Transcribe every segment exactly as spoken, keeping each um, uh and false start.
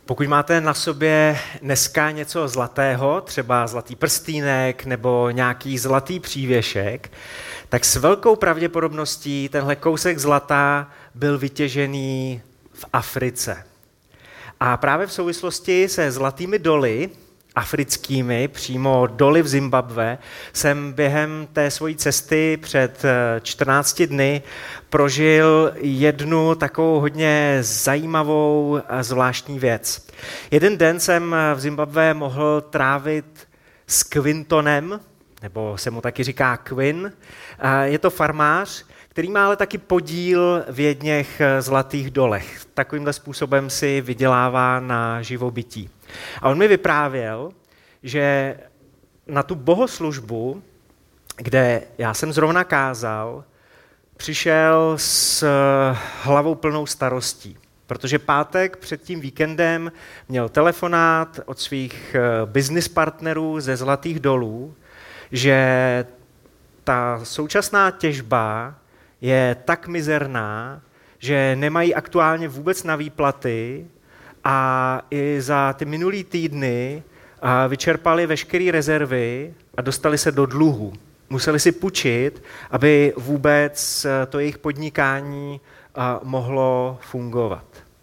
Pokud máte na sobě dneska něco zlatého, třeba zlatý prstýnek nebo nějaký zlatý přívěšek, tak s velkou pravděpodobností tenhle kousek zlata byl vytěžený v Africe. A právě v souvislosti se zlatými doly, africkými, přímo doly v Zimbabwe, jsem během té svojí cesty před čtrnácti dny prožil jednu takovou hodně zajímavou a zvláštní věc. Jeden den jsem v Zimbabwe mohl trávit s Quintonem, nebo se mu taky říká Quin. Je to farmář, který má ale taky podíl v jedněch zlatých dolech. Takovýmhle způsobem si vydělává na živobytí. A on mi vyprávěl, že na tu bohoslužbu, kde já jsem zrovna kázal, přišel s hlavou plnou starostí. Protože pátek před tím víkendem měl telefonát od svých business partnerů ze Zlatých dolů, že ta současná těžba je tak mizerná, že nemají aktuálně vůbec na výplaty a i za ty minulý týdny vyčerpali veškeré rezervy a dostali se do dluhu. Museli si půjčit, aby vůbec to jejich podnikání mohlo fungovat.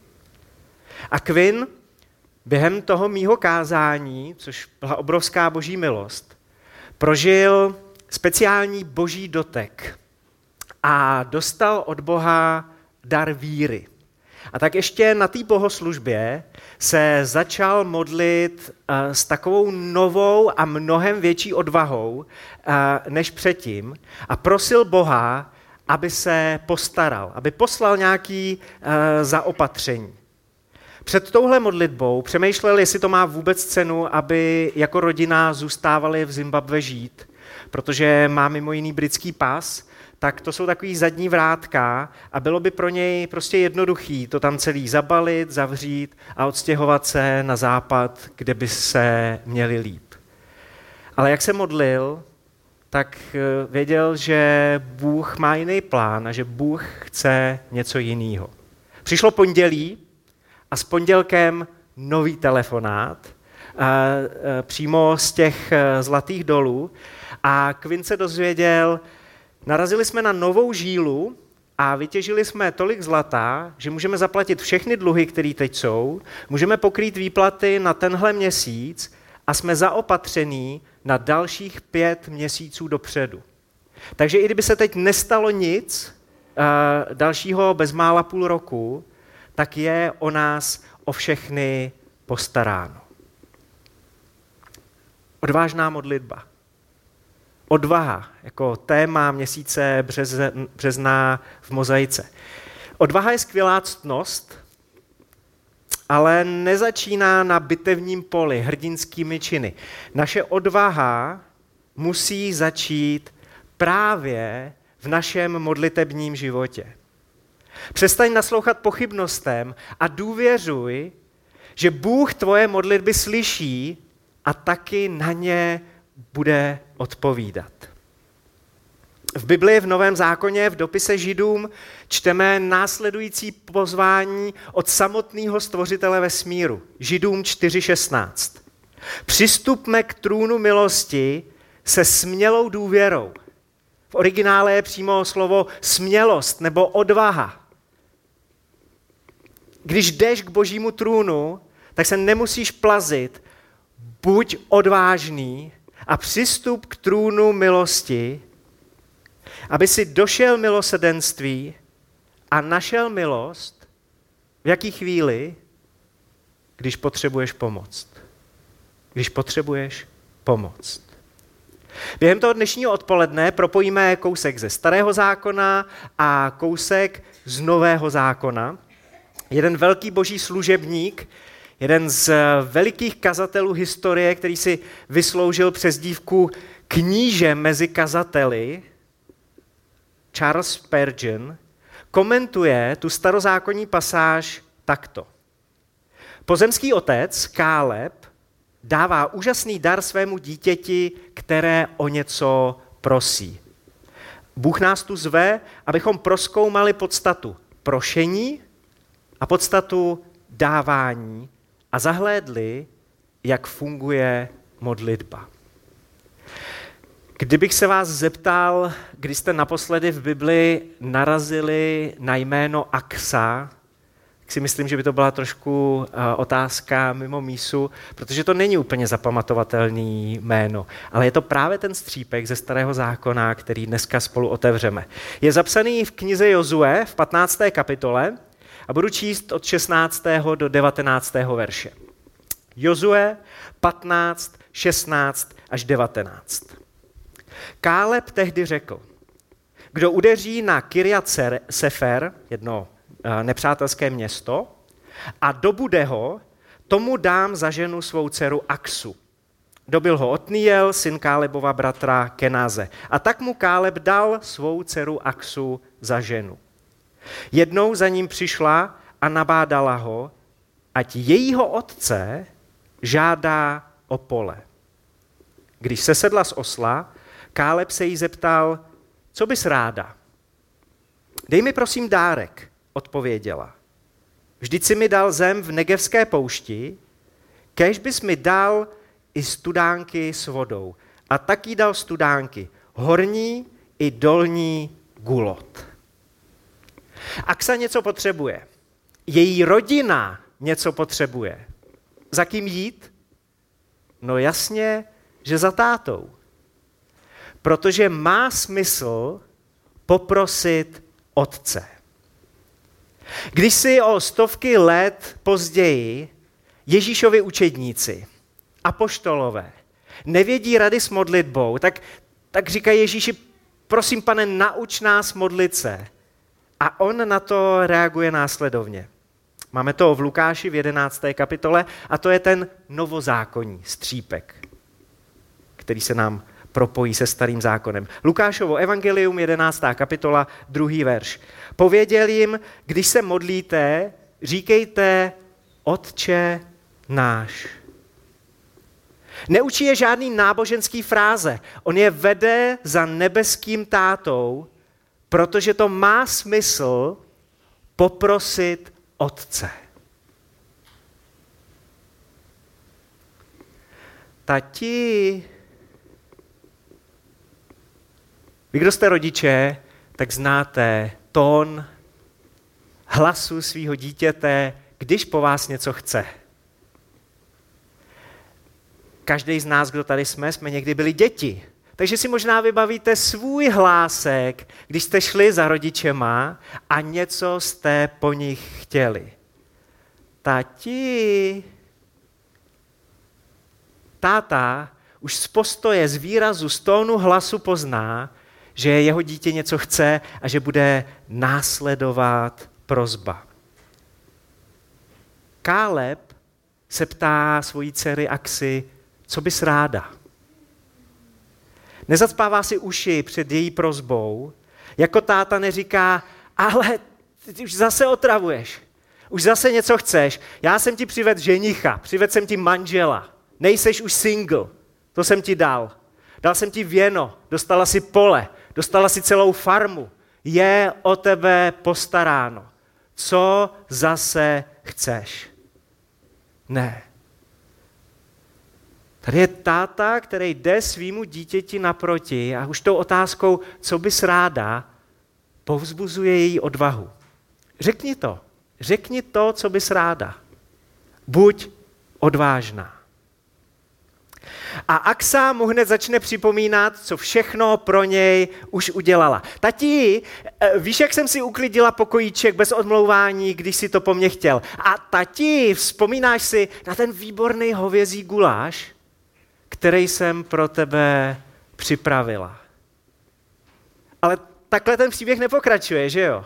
A Quinn během toho mýho kázání, což byla obrovská boží milost, prožil speciální boží dotek a dostal od Boha dar víry. A tak ještě na té bohoslužbě se začal modlit uh, s takovou novou a mnohem větší odvahou uh, než předtím a prosil Boha, aby se postaral, aby poslal nějaké uh, zaopatření. Před touhle modlitbou přemýšlel, jestli to má vůbec cenu, aby jako rodina zůstávali v Zimbabwe žít, protože má mimo jiný britský pas, tak to jsou takový zadní vrátka a bylo by pro něj prostě jednoduchý to tam celý zabalit, zavřít a odstěhovat se na západ, kde by se měli líp. Ale jak se modlil, tak věděl, že Bůh má jiný plán a že Bůh chce něco jiného. Přišlo pondělí a s pondělkem nový telefonát přímo z těch Zlatých dolů a Quinn se dozvěděl, narazili jsme na novou žílu a vytěžili jsme tolik zlata, že můžeme zaplatit všechny dluhy, které teď jsou, můžeme pokrýt výplaty na tenhle měsíc a jsme zaopatření na dalších pět měsíců dopředu. Takže i kdyby se teď nestalo nic uh, dalšího bezmála půl roku, tak je o nás o všechny postaráno. Odvážná modlitba. Odvaha jako téma měsíce března v Mozaice. Odvaha je skvělá ctnost, ale nezačíná na bitevním poli hrdinskými činy. Naše odvaha musí začít právě v našem modlitebním životě. Přestaň naslouchat pochybnostem a důvěřuj, že Bůh tvoje modlitby slyší a taky na ně bude odpovídat. V Biblii v Novém zákoně v dopise Židům čteme následující pozvání od samotného stvořitele vesmíru. Židům čtyři šestnáct. Přistupme k trůnu milosti se smělou důvěrou. V originále je přímo slovo smělost nebo odvaha. Když jdeš k božímu trůnu, tak se nemusíš plazit. Buď odvážný a přistup k trůnu milosti, aby si došel milosrdenství a našel milost v jaký chvíli, když potřebuješ pomoct. Když potřebuješ pomoct. Během toho dnešního odpoledne propojíme kousek ze Starého zákona a kousek z Nového zákona. Jeden velký boží služebník, jeden z velikých kazatelů historie, který si vysloužil přezdívku kníže mezi kazateli, Charles Spurgeon, komentuje tu starozákonní pasáž takto. Pozemský otec, Káleb, dává úžasný dar svému dítěti, které o něco prosí. Bůh nás tu zve, abychom prozkoumali podstatu prošení a podstatu dávání a zahlédli, jak funguje modlitba. Kdybych se vás zeptal, kdy jste naposledy v Bibli narazili na jméno Aksa, tak si myslím, že by to byla trošku otázka mimo mísu, protože to není úplně zapamatovatelný jméno, ale je to právě ten střípek ze Starého zákona, který dneska spolu otevřeme. Je zapsaný v knize Jozue v patnácté kapitole a budu číst od šestnáctého do devatenáctého verše. Jozue patnáct, šestnáct až devatenáct. Káleb tehdy řekl, kdo udeří na Kirjat Sefer, jedno nepřátelské město, a dobude ho, tomu dám za ženu svou dceru Aksu. Dobil ho Otniel, syn Kálebova bratra Kenáze. A tak mu Káleb dal svou dceru Aksu za ženu. Jednou za ním přišla a nabádala ho, ať jejího otce žádá o pole. Když se sedla z osla, Káleb se jí zeptal, co bys ráda? Dej mi prosím dárek, odpověděla. Vždyť si mi dal zem v Negevské poušti, kéž bys mi dal i studánky s vodou. A tak jí dal studánky, horní i dolní Gulot. Aksa něco potřebuje. Její rodina něco potřebuje. Za kým jít? No jasně, že za tátou. Protože má smysl poprosit otce. Když si o stovky let později Ježíšovi učedníci, apoštolové, nevědí rady s modlitbou, tak, tak říkají Ježíši, prosím pane, nauč nás modlit se. A on na to reaguje následovně. Máme to v Lukáši v jedenácté kapitole a to je ten novozákonní střípek, který se nám propojí se Starým zákonem. Lukášovo evangelium, jedenáctá kapitola, druhý verš. Pověděl jim, když se modlíte, říkejte Otče náš. Neučí je žádný náboženský fráze. On je vede za nebeským tátou, protože to má smysl poprosit Otce. Tati, vy, kdo jste rodiče, tak znáte tón hlasu svého dítěte, když po vás něco chce. Každý z nás, kdo tady jsme, jsme někdy byli děti. Takže si možná vybavíte svůj hlásek, když jste šli za rodičema a něco jste po nich chtěli. Tati, táta už z postoje, z výrazu, z tónu hlasu pozná, že jeho dítě něco chce a že bude následovat prosba. Káleb se ptá svojí dcery Aksy, co bys ráda? Nezacpává si uši před její prosbou, jako táta neříká, ale ty už zase otravuješ, už zase něco chceš, já jsem ti přivedl ženicha, přivedl jsem ti manžela, nejseš už single, to jsem ti dal. Dal jsem ti věno, dostala si pole, dostala si celou farmu, je o tebe postaráno. Co zase chceš? Ne. Tady je táta, který jde svýmu dítěti naproti a už tou otázkou, co bys ráda, povzbuzuje její odvahu. Řekni to. Řekni to, co bys ráda. Buď odvážná. A Aksa mu hned začne připomínat, co všechno pro něj už udělala. Tati, víš, jak jsem si uklidila pokojíček bez odmlouvání, když si to po mně chtěl? A tati, vzpomínáš si na ten výborný hovězí guláš, který jsem pro tebe připravila? Ale takhle ten příběh nepokračuje, že jo?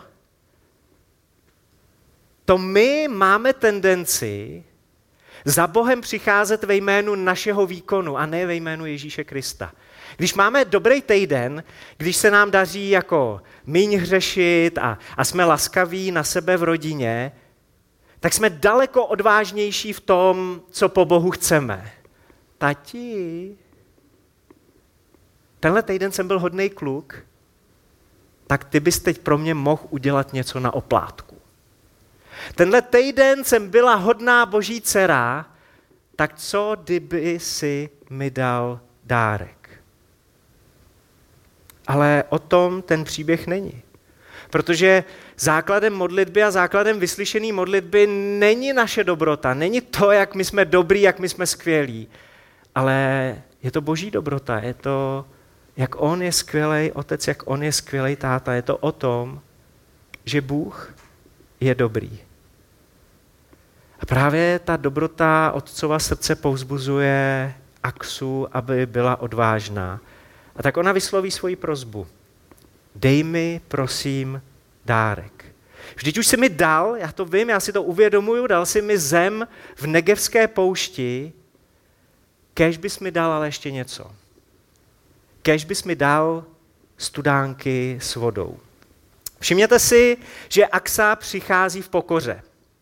To my máme tendenci za Bohem přicházet ve jménu našeho výkonu a ne ve jménu Ježíše Krista. Když máme dobrý týden, když se nám daří jako míň hřešit a, a jsme laskaví na sebe v rodině, tak jsme daleko odvážnější v tom, co po Bohu chceme. Tati, tenhle týden jsem byl hodnej kluk, tak ty bys teď pro mě mohl udělat něco na oplátku. Tenhle týden jsem byla hodná boží dcera, tak co kdyby si mi dal dárek? Ale o tom ten příběh není. Protože základem modlitby a základem vyslyšené modlitby není naše dobrota, není to, jak my jsme dobrý, jak my jsme skvělí, ale je to boží dobrota, je to, jak on je skvělej otec, jak on je skvělej táta, je to o tom, že Bůh je dobrý. A právě ta dobrota otcova srdce povzbuzuje Aksu, aby byla odvážná. A tak ona vysloví svoji prosbu. Dej mi, prosím, dárek. Vždyť už jsi mi dal, já to vím, já si to uvědomuju, dal jsi mi zem v negevské poušti, kéž bys mi dal ale ještě něco. Kéž bys mi dal studánky s vodou. Všimněte si, že Aksa přichází v pokoře.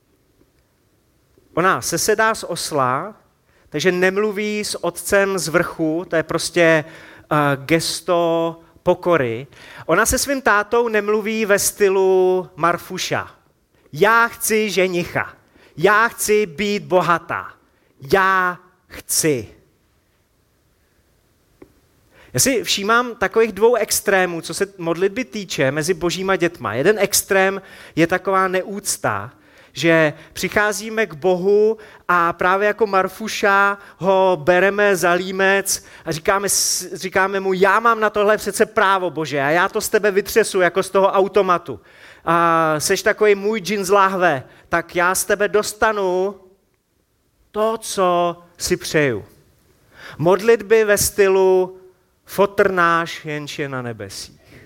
Ona sesedá z osla, takže nemluví s otcem z vrchu, to je prostě uh, gesto pokory. Ona se svým tátou nemluví ve stylu Marfuša. Já chci ženicha. Já chci být bohatá. Já chci. Já si všímám takových dvou extrémů, co se modlitby týče, mezi božíma dětma. Jeden extrém je taková neúcta, že přicházíme k Bohu a právě jako Marfuša ho bereme za límec a říkáme, říkáme mu, já mám na tohle přece právo, Bože, a já to z tebe vytřesu jako z toho automatu. A seš takový můj džin z láhve, tak já z tebe dostanu to, co si přeju. Modlitby ve stylu fotr náš, jenž je na nebesích.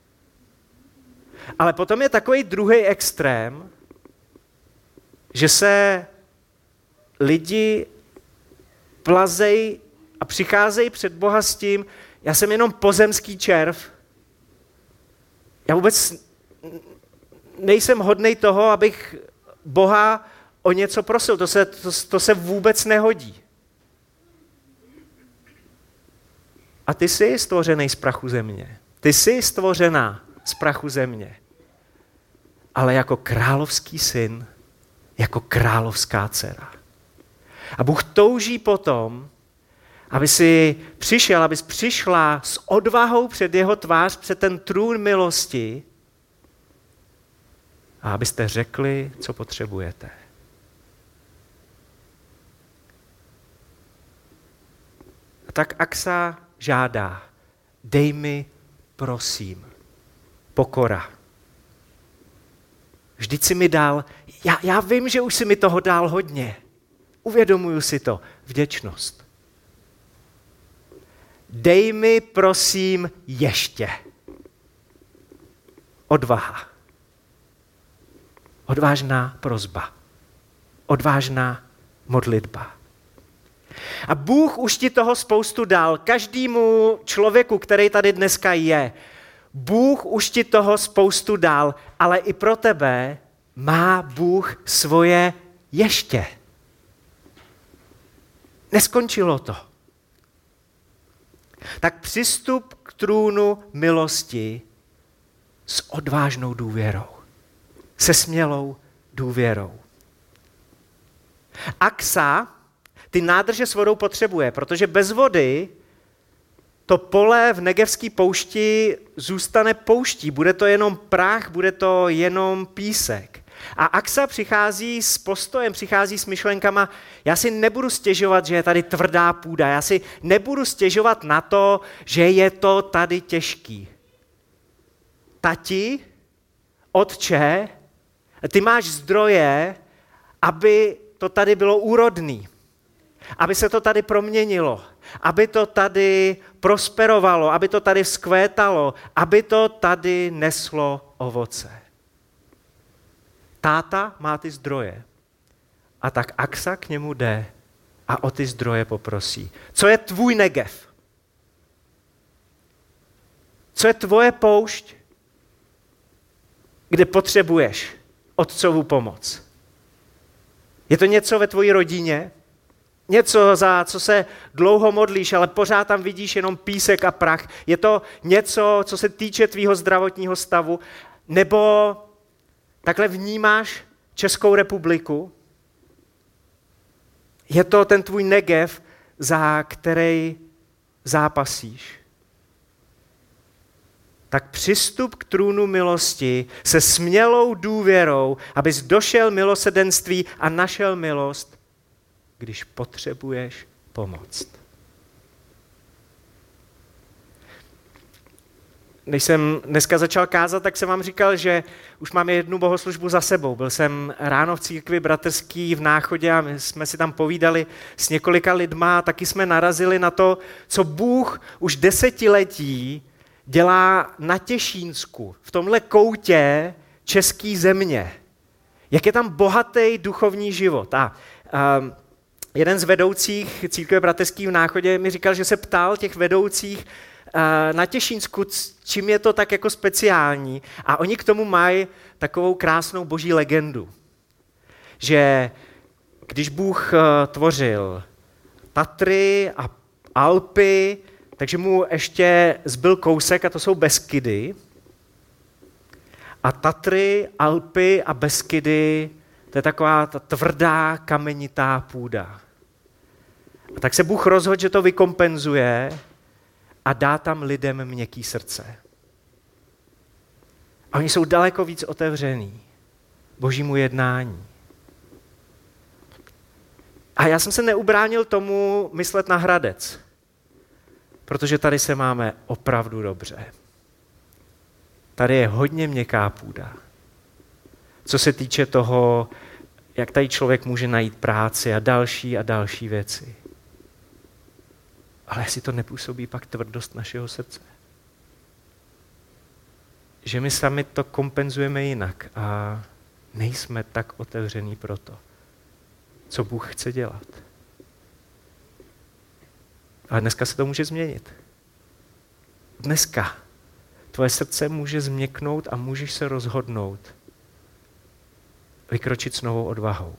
Ale potom je takový druhý extrém, že se lidi plazejí a přicházejí před Boha s tím, já jsem jenom pozemský červ, já vůbec nejsem hodnej toho, abych Boha o něco prosil, to se, to, to se vůbec nehodí. A ty jsi stvořený z prachu země. Ty jsi stvořená z prachu země. Ale jako královský syn, jako královská dcera. A Bůh touží potom, aby si přišel, abys přišla s odvahou před jeho tvář, před ten trůn milosti a abyste řekli, co potřebujete. A tak Aksa žádá, dej mi, prosím, pokora. Vždyť jsi mi dal, já, já vím, že už jsi mi toho dal hodně. Uvědomuju si to, vděčnost. Dej mi, prosím, ještě. Odvaha. Odvážná prosba. Odvážná modlitba. A Bůh už ti toho spoustu dal. Každému člověku, který tady dneska je, Bůh už ti toho spoustu dal, ale i pro tebe má Bůh svoje ještě. Neskončilo to. Tak přistup k trůnu milosti s odvážnou důvěrou. Se smělou důvěrou. Aksa ty nádrže s vodou potřebuje, protože bez vody to pole v negevské poušti zůstane pouští. Bude to jenom prach, bude to jenom písek. A Aksa přichází s postojem, přichází s myšlenkama, já si nebudu stěžovat, že je tady tvrdá půda, já si nebudu stěžovat na to, že je to tady těžký. Tati, otče, ty máš zdroje, aby to tady bylo úrodný, aby se to tady proměnilo, aby to tady prosperovalo, aby to tady vzkvétalo, aby to tady neslo ovoce. Táta má ty zdroje a tak Aksa k němu jde a o ty zdroje poprosí. Co je tvůj negev? Co je tvoje poušť, kde potřebuješ otcovu pomoc? Je to něco ve tvojí rodině? Něco, za co se dlouho modlíš, ale pořád tam vidíš jenom písek a prach? Je to něco, co se týče tvýho zdravotního stavu? Nebo takhle vnímáš Českou republiku? Je to ten tvůj Negev, za který zápasíš? Tak přistup k trůnu milosti se smělou důvěrou, abys došel milosrdenství a našel milost, když potřebuješ pomoc. Když jsem dneska začal kázat, tak jsem vám říkal, že už mám jednu bohoslužbu za sebou. Byl jsem ráno v církvi bratrský v Náchodě a my jsme si tam povídali s několika lidma a taky jsme narazili na to, co Bůh už desetiletí dělá na Těšínsku, v tomhle koutě české země. Jak je tam bohatý duchovní život. A, a jeden z vedoucích církve bratrský v Náchodě mi říkal, že se ptal těch vedoucích na Těšínsku, čím je to tak jako speciální. A oni k tomu mají takovou krásnou boží legendu, že když Bůh tvořil Tatry a Alpy, takže mu ještě zbyl kousek a to jsou Beskydy. A Tatry, Alpy a Beskydy, to je taková ta tvrdá kamenitá půda. A tak se Bůh rozhodl, že to vykompenzuje a dá tam lidem měkký srdce. A oni jsou daleko víc otevřený božímu jednání. A já jsem se neubránil tomu myslet na Hradec, protože tady se máme opravdu dobře. Tady je hodně měkká půda. Co se týče toho, jak tady člověk může najít práci a další a další věci. Ale jestli to nepůsobí pak tvrdost našeho srdce. Že my sami to kompenzujeme jinak a nejsme tak otevření pro to, co Bůh chce dělat. Ale dneska se to může změnit. Dneska tvoje srdce může změknout a můžeš se rozhodnout vykročit s novou odvahou.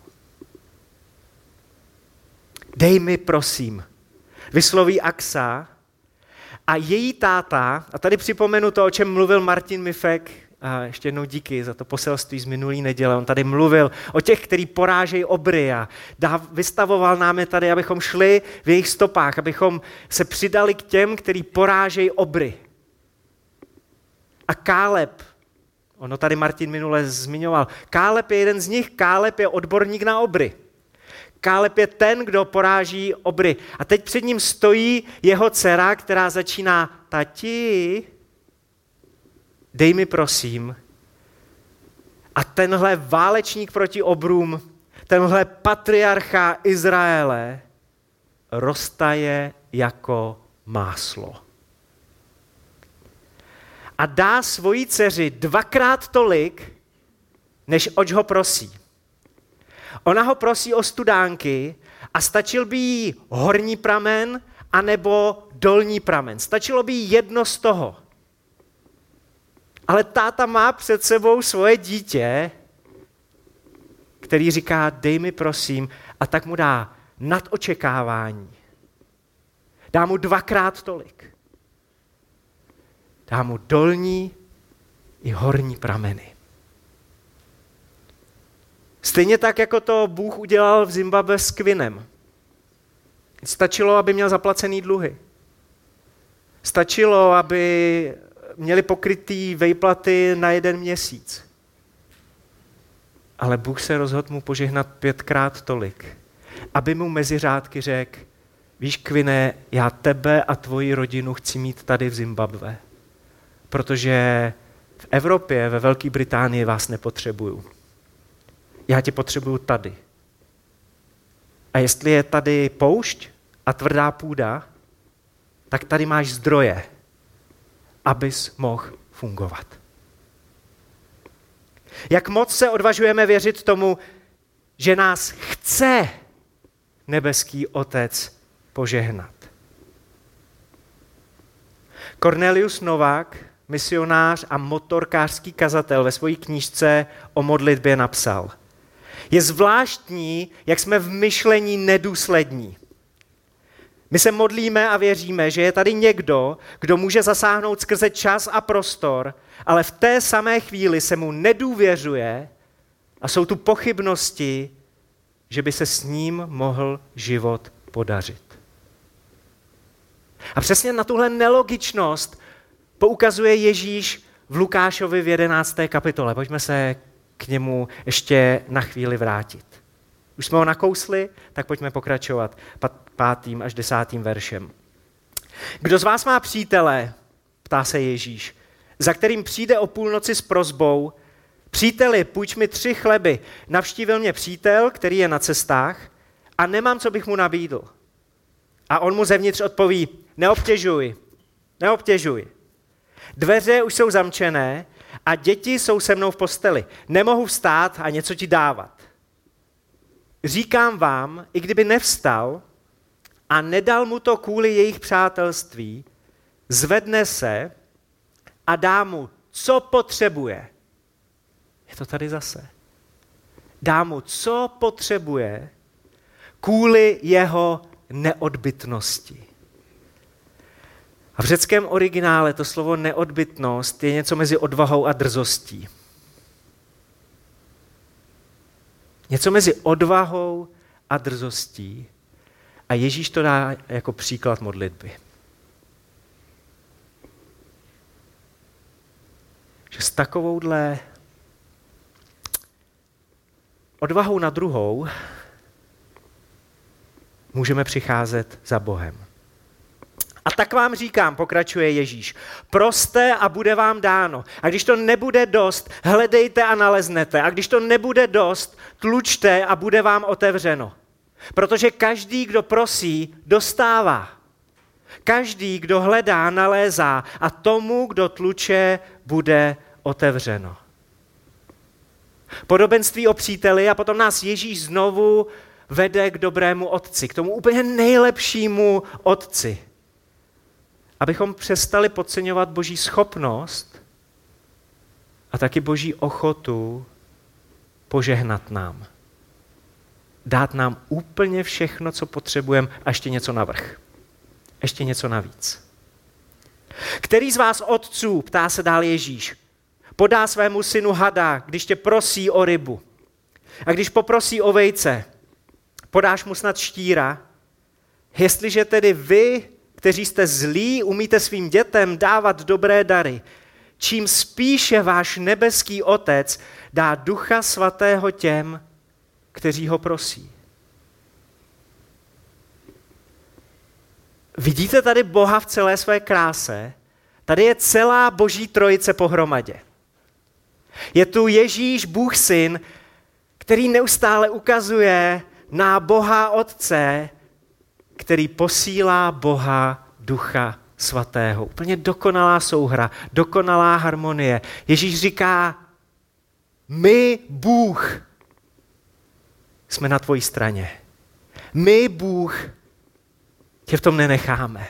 Dej mi, prosím, vysloví Aksa a její táta, a tady připomenu to, o čem mluvil Martin Mifek, a ještě jednou díky za to poselství z minulý neděle, on tady mluvil o těch, kteří porážejí obry a dá, vystavoval nám je tady, abychom šli v jejich stopách, abychom se přidali k těm, kteří porážejí obry. A Káleb, ono tady Martin minule zmiňoval, Káleb je jeden z nich, Káleb je odborník na obry. Káleb je ten, kdo poráží obry. A teď před ním stojí jeho dcera, která začíná, tati, dej mi prosím. A tenhle válečník proti obrům, tenhle patriarcha Izraele roztaje jako máslo. A dá svojí dceři dvakrát tolik, než oč ho prosí. Ona ho prosí o studánky a stačil by jí horní pramen anebo dolní pramen. Stačilo by jí jedno z toho. Ale táta má před sebou svoje dítě, který říká, dej mi prosím, a tak mu dá nad očekávání. Dá mu dvakrát tolik. Dá mu dolní i horní prameny. Stejně tak, jako to Bůh udělal v Zimbabwe s Quinnem. Stačilo, aby měl zaplacený dluhy. Stačilo, aby měli pokrytý vejplaty na jeden měsíc. Ale Bůh se rozhodl mu požehnat pětkrát tolik, aby mu mezi řádky řekl, víš, Quinne, já tebe a tvoji rodinu chci mít tady v Zimbabwe, protože v Evropě, ve Velké Británii vás nepotřebuju. Já tě potřebuju tady. A jestli je tady poušť a tvrdá půda, tak tady máš zdroje, abys mohl fungovat. Jak moc se odvažujeme věřit tomu, že nás chce nebeský Otec požehnat. Cornelius Novák, misionář a motorkářský kazatel, ve své knížce o modlitbě napsal: je zvláštní, jak jsme v myšlení nedůslední. My se modlíme a věříme, že je tady někdo, kdo může zasáhnout skrze čas a prostor, ale v té samé chvíli se mu nedůvěřuje A jsou tu pochybnosti, že by se s ním mohl život podařit. A přesně na tuhle nelogičnost poukazuje Ježíš v Lukášovi v jedenácté kapitole. Pojďme se k němu ještě na chvíli vrátit. Už jsme ho nakousli, tak pojďme pokračovat pátým až desátým veršem. Kdo z vás má přítele, ptá se Ježíš, za kterým přijde o půlnoci s prosbou, příteli, půjč mi tři chleby, navštívil mě přítel, který je na cestách a nemám, co bych mu nabídl. A on mu zevnitř odpoví, neobtěžuj, neobtěžuj. Dveře už jsou zamčené a děti jsou se mnou v posteli. Nemohu vstát a něco ti dávat. Říkám vám, i kdyby nevstal a nedal mu to kvůli jejich přátelství, zvedne se a dá mu, co potřebuje. Je to tady zase. Dá mu, co potřebuje kvůli jeho neodbytnosti. A v řeckém originále to slovo neodbytnost je něco mezi odvahou a drzostí. Něco mezi odvahou a drzostí. A Ježíš to dá jako příklad modlitby. Že s takovouhle odvahou na druhou můžeme přicházet za Bohem. A tak vám říkám, pokračuje Ježíš, proste a bude vám dáno. A když to nebude dost, hledejte a naleznete. A když to nebude dost, tlučte a bude vám otevřeno. Protože každý, kdo prosí, dostává. Každý, kdo hledá, nalézá a tomu, kdo tluče, bude otevřeno. Podobenství o příteli a potom nás Ježíš znovu vede k dobrému otci, k tomu úplně nejlepšímu otci. Abychom přestali podceňovat Boží schopnost a taky Boží ochotu požehnat nám. Dát nám úplně všechno, co potřebujeme a ještě něco navrch. Ještě něco navíc. Který z vás otců, ptá se dál Ježíš, podá svému synu hada, když tě prosí o rybu? A když poprosí o vejce, podáš mu snad štíra? Jestliže tedy vy, kteří jste zlí, umíte svým dětem dávat dobré dary, čím spíše váš nebeský Otec dá Ducha Svatého těm, kteří ho prosí. Vidíte tady Boha v celé své kráse? Tady je celá Boží trojice pohromadě. Je tu Ježíš, Bůh Syn, který neustále ukazuje na Boha Otce, který posílá Boha Ducha Svatého. Úplně dokonalá souhra, dokonalá harmonie. Ježíš říká, my, Bůh, jsme na tvojí straně. My, Bůh, tě v tom nenecháme.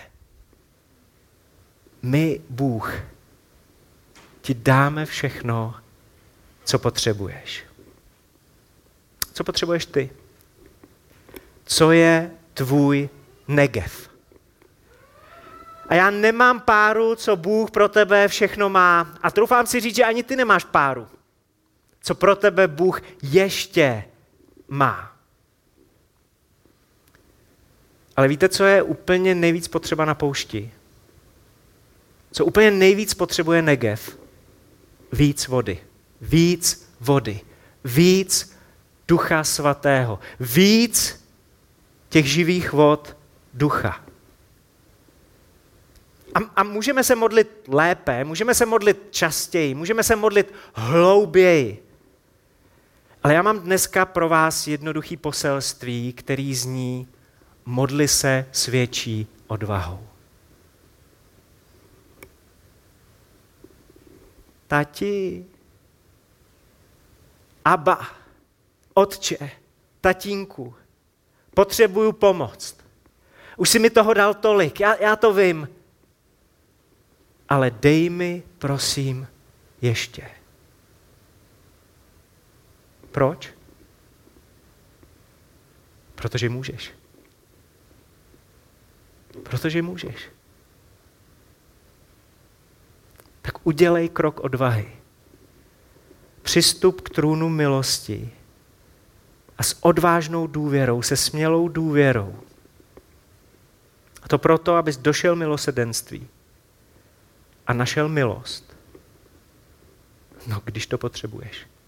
My, Bůh, ti dáme všechno, co potřebuješ. Co potřebuješ ty? Co je tvůj negev? A já nemám páru, co Bůh pro tebe všechno má. A troufám si říct, že ani ty nemáš páru, co pro tebe Bůh ještě má. Ale víte, co je úplně nejvíc potřeba na poušti? Co úplně nejvíc potřebuje negev? Víc vody. Víc vody. Víc Ducha Svatého. Víc těch živých vod ducha. A, a můžeme se modlit lépe, můžeme se modlit častěji, můžeme se modlit hlouběji. Ale já mám dneska pro vás jednoduchý poselství, který zní: modli se s větší odvahou. Tati, Abba, otče, tatínku, potřebuju pomoc. Už jsi mi toho dal tolik, já, já to vím. Ale dej mi, prosím, ještě. Proč? Protože můžeš. Protože můžeš. Tak udělej krok odvahy. přistup k trůnu milosti a s odvážnou důvěrou, se smělou důvěrou. A to proto, abys došel milosrdenství a našel milost. No, když to potřebuješ.